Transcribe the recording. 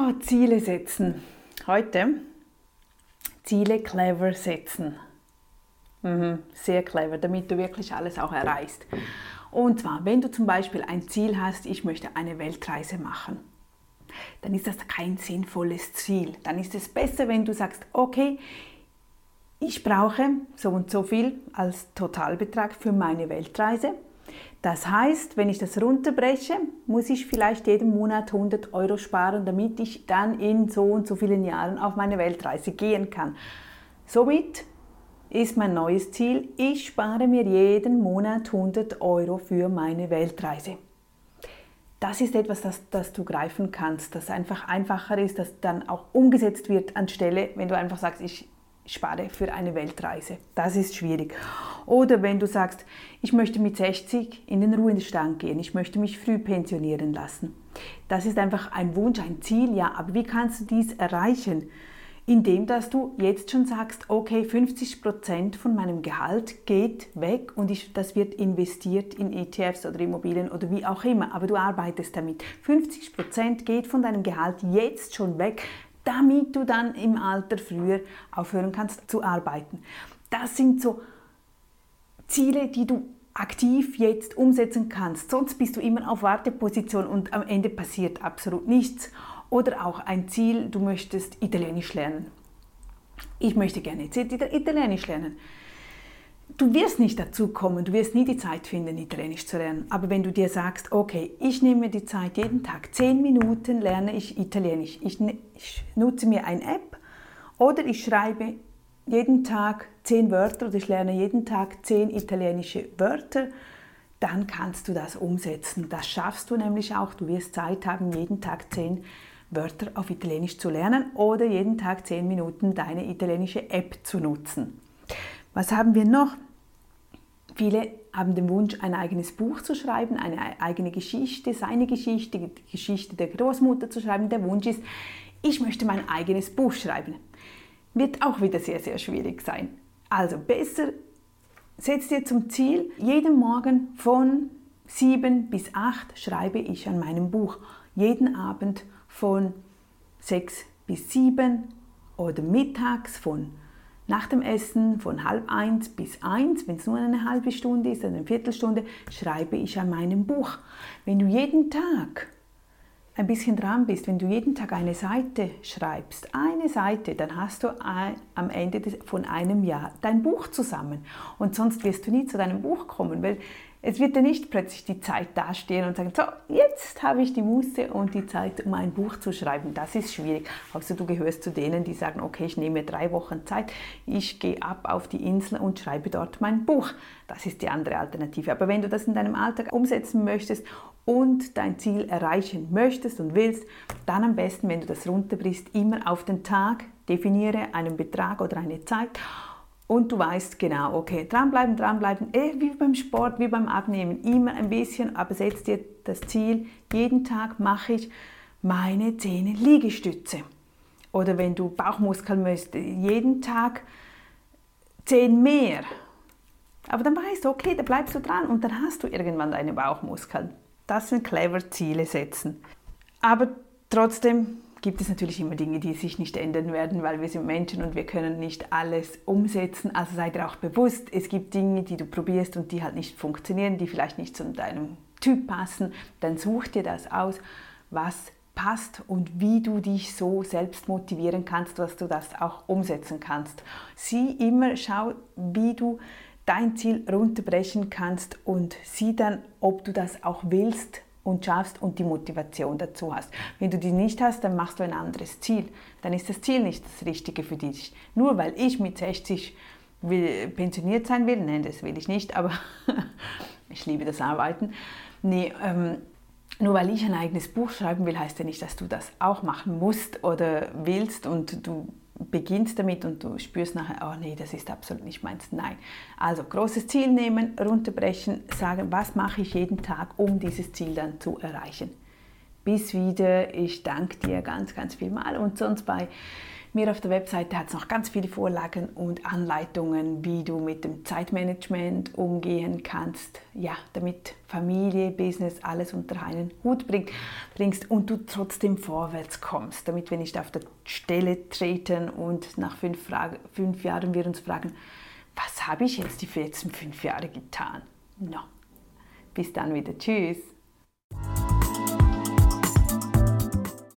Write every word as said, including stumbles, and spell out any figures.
Oh, Ziele setzen. Heute Ziele clever setzen. Mhm, sehr clever, damit du wirklich alles auch erreichst. Und zwar, wenn du zum Beispiel ein Ziel hast, ich möchte eine Weltreise machen, dann ist das kein sinnvolles Ziel. Dann ist es besser, wenn du sagst, okay, ich brauche so und so viel als Totalbetrag für meine Weltreise. Das heißt, wenn ich das runterbreche, muss ich vielleicht jeden Monat hundert Euro sparen, damit ich dann in so und so vielen Jahren auf meine Weltreise gehen kann. Somit ist mein neues Ziel, ich spare mir jeden Monat hundert Euro für meine Weltreise. Das ist etwas, das, das du greifen kannst, das einfach einfacher ist, das dann auch umgesetzt wird, anstelle, wenn du einfach sagst, ich spare für eine Weltreise. Das ist schwierig. Oder wenn du sagst, ich möchte mit sechzig in den Ruhestand gehen, ich möchte mich früh pensionieren lassen. Das ist einfach ein Wunsch, ein Ziel, ja, aber wie kannst du dies erreichen? Indem, dass du jetzt schon sagst, okay, fünfzig Prozent von meinem Gehalt geht weg und ich, das wird investiert in E T Fs oder Immobilien oder wie auch immer, aber du arbeitest damit. fünfzig Prozent geht von deinem Gehalt jetzt schon weg, damit du dann im Alter früher aufhören kannst zu arbeiten. Das sind so Ziele, die du aktiv jetzt umsetzen kannst. Sonst bist du immer auf Warteposition und am Ende passiert absolut nichts. Oder auch ein Ziel, du möchtest Italienisch lernen. Ich möchte gerne Italienisch lernen. Du wirst nicht dazu kommen, du wirst nie die Zeit finden, Italienisch zu lernen. Aber wenn du dir sagst, okay, ich nehme die Zeit jeden Tag, zehn Minuten lerne ich Italienisch. Ich, ich nutze mir eine App oder ich schreibe jeden Tag zehn Wörter oder ich lerne jeden Tag zehn italienische Wörter, dann kannst du das umsetzen. Das schaffst du nämlich auch. Du wirst Zeit haben, jeden Tag zehn Wörter auf Italienisch zu lernen oder jeden Tag zehn Minuten deine italienische App zu nutzen. Was haben wir noch? Viele haben den Wunsch, ein eigenes Buch zu schreiben, eine eigene Geschichte, seine Geschichte, die Geschichte der Großmutter zu schreiben. Der Wunsch ist, ich möchte mein eigenes Buch schreiben. Wird auch wieder sehr, sehr schwierig sein. Also besser, setz dir zum Ziel, jeden Morgen von sieben bis acht schreibe ich an meinem Buch. Jeden Abend von sechs bis sieben oder mittags von nach dem Essen von halb eins bis eins, wenn es nur eine halbe Stunde ist, eine Viertelstunde, schreibe ich an meinem Buch. Wenn du jeden Tag ein bisschen dran bist, wenn du jeden Tag eine Seite schreibst, eine Seite, dann hast du ein, am Ende des, von einem Jahr dein Buch zusammen. Und sonst wirst du nie zu deinem Buch kommen, weil es wird dir nicht plötzlich die Zeit dastehen und sagen, so, jetzt habe ich die Muße und die Zeit, um ein Buch zu schreiben. Das ist schwierig. Also du gehörst zu denen, die sagen, okay, ich nehme drei Wochen Zeit, ich gehe ab auf die Insel und schreibe dort mein Buch. Das ist die andere Alternative. Aber wenn du das in deinem Alltag umsetzen möchtest und dein Ziel erreichen möchtest und willst, dann am besten, wenn du das runterbrichst, immer auf den Tag, definiere einen Betrag oder eine Zeit und du weißt genau, okay, dranbleiben, dranbleiben, eh, wie beim Sport, wie beim Abnehmen, immer ein bisschen, aber setz dir das Ziel, jeden Tag mache ich meine zehn Liegestütze. Oder wenn du Bauchmuskeln möchtest, jeden Tag zehn mehr. Aber dann weißt du, okay, da bleibst du dran und dann hast du irgendwann deine Bauchmuskeln. Das sind clever Ziele setzen. Aber trotzdem gibt es natürlich immer Dinge, die sich nicht ändern werden, weil wir sind Menschen und wir können nicht alles umsetzen. Also sei dir auch bewusst, es gibt Dinge, die du probierst und die halt nicht funktionieren, die vielleicht nicht zu deinem Typ passen. Dann such dir das aus, was passt und wie du dich so selbst motivieren kannst, dass du das auch umsetzen kannst. Sieh immer, schau, wie du dein Ziel runterbrechen kannst und sieh dann, ob du das auch willst und schaffst und die Motivation dazu hast. Wenn du die nicht hast, dann machst du ein anderes Ziel. Dann ist das Ziel nicht das Richtige für dich. Nur weil ich mit sechzig will, pensioniert sein will, nein, das will ich nicht, aber ich liebe das Arbeiten. Nee, ähm, nur weil ich ein eigenes Buch schreiben will, heißt ja nicht, dass du das auch machen musst oder willst und du beginnst damit und du spürst nachher, oh nee, das ist absolut nicht meins. Nein. Also großes Ziel nehmen, runterbrechen, sagen, was mache ich jeden Tag, um dieses Ziel dann zu erreichen. Bis wieder, ich danke dir ganz, ganz viel mal und sonst bei Mir auf der Webseite hat es noch ganz viele Vorlagen und Anleitungen, wie du mit dem Zeitmanagement umgehen kannst, ja, damit Familie, Business, alles unter einen Hut bringt, bringst und du trotzdem vorwärts kommst, damit wir nicht auf der Stelle treten und nach fünf, Frage, fünf Jahren wir uns fragen, was habe ich jetzt die letzten fünf Jahre getan? No. Bis dann wieder. Tschüss.